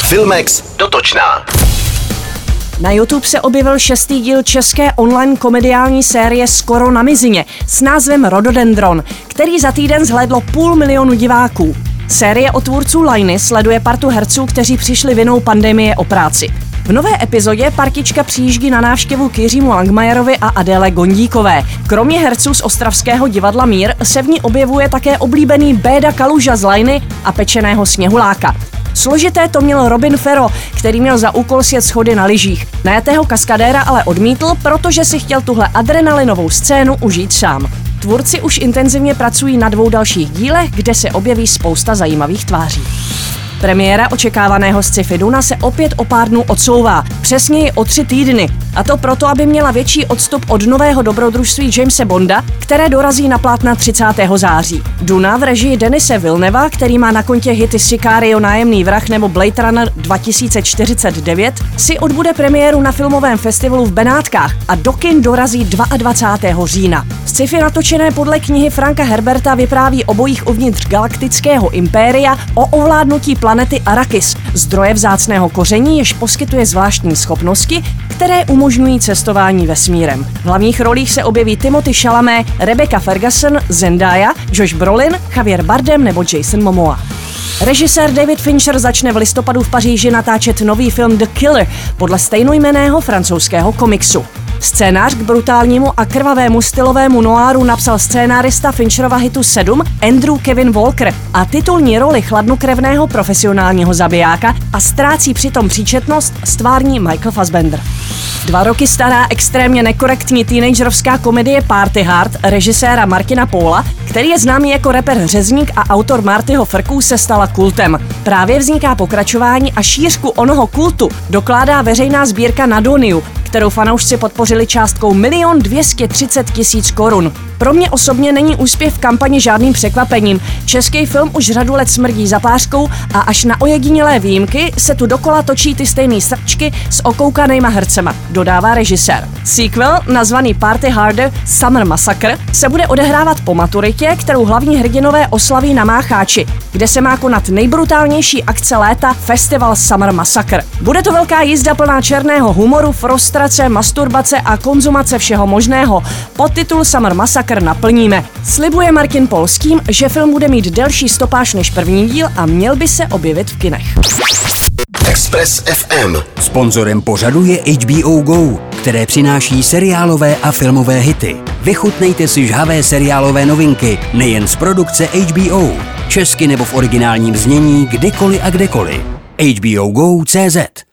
Filmex dotočná. Na YouTube se objevil 6. díl české online komediální série Skoro na mizině s názvem Rododendron, který za týden zhlédlo 500 000 diváků. Série od tvůrců Lajny sleduje partu herců, kteří přišli vinou pandemie o práci. V nové epizodě partička přijíždí na návštěvu k Jiřímu Langmajerovi a Adéle Gondíkové. Kromě herců z ostravského divadla Mír se v ní objevuje také oblíbený Béda Kaluža z Lajny a Pečeného Sněhuláka. Složité to měl Robin Ferro, který měl za úkol sjet schody na lyžích. Najatého kaskadéra ale odmítl, protože si chtěl tuhle adrenalinovou scénu užít sám. Tvůrci už intenzivně pracují na 2 dalších dílech, kde se objeví spousta zajímavých tváří. Premiéra očekávaného sci-fi Duna se opět o pár dnů odsouvá, přesněji o 3 týdny. A to proto, aby měla větší odstup od nového dobrodružství Jamese Bonda, které dorazí na plátna 30. září. Duna v režii Denise Villeneva, který má na kontě hity Sicario, Nájemný vrah nebo Blade Runner 2049, si odbude premiéru na filmovém festivalu v Benátkách a do kin dorazí 22. října. Sci-fi natočené podle knihy Franka Herberta vypráví o bojích uvnitř galaktického impéria, o ovládnutí planety Arrakis, zdroje vzácného koření, jež poskytuje zvláštní schopnosti, které umožňují cestování vesmírem. V hlavních rolích se objeví Timothy Chalamet, Rebecca Ferguson, Zendaya, Josh Brolin, Javier Bardem nebo Jason Momoa. Režisér David Fincher začne v listopadu v Paříži natáčet nový film The Killer podle stejnojmenného francouzského komiksu. Scénář k brutálnímu a krvavému stylovému noáru napsal scénárista Fincherova hitu 7 Andrew Kevin Walker a titulní roli chladnokrevného profesionálního zabijáka a ztrácí přitom příčetnost stvární Michael Fassbender. 2 roky stará extrémně nekorektní teenagerovská komedie Party Hard režiséra Martina Paula, který je známý jako rapper Řezník a autor Martyho frků, se stala kultem. Právě vzniká pokračování a šířku onoho kultu dokládá veřejná sbírka na Doniu, kterou fanoušci podpořili částkou 1 230 000 korun. Pro mě osobně není úspěch v kampani žádným překvapením. Český film už řadu let smrdí zapářkou a až na ojedinělé výjimky se tu dokola točí ty stejný srčky s okoukanejma hercema, dodává režisér. Sequel, nazvaný Party Harder Summer Massacre, se bude odehrávat po maturitě, kterou hlavní hrdinové oslaví na Mácháči, kde se má konat nejbrutálnější akce léta Festival Summer Massacre. Bude to velká jízda plná černého humoru, frustrace, masturbace a konzumace všeho možného. Podtitul Summer Massacre naplníme. Slibuje Martin Pol s tím, že film bude mít delší stopáž než první díl a měl by se objevit v kinech. Express FM. Sponzorem pořadu je HBO Go, které přináší seriálové a filmové hity. Vychutnejte si žhavé seriálové novinky, nejen z produkce HBO. Česky nebo v originálním znění, kdykoliv a kdekoliv. HBO Go.cz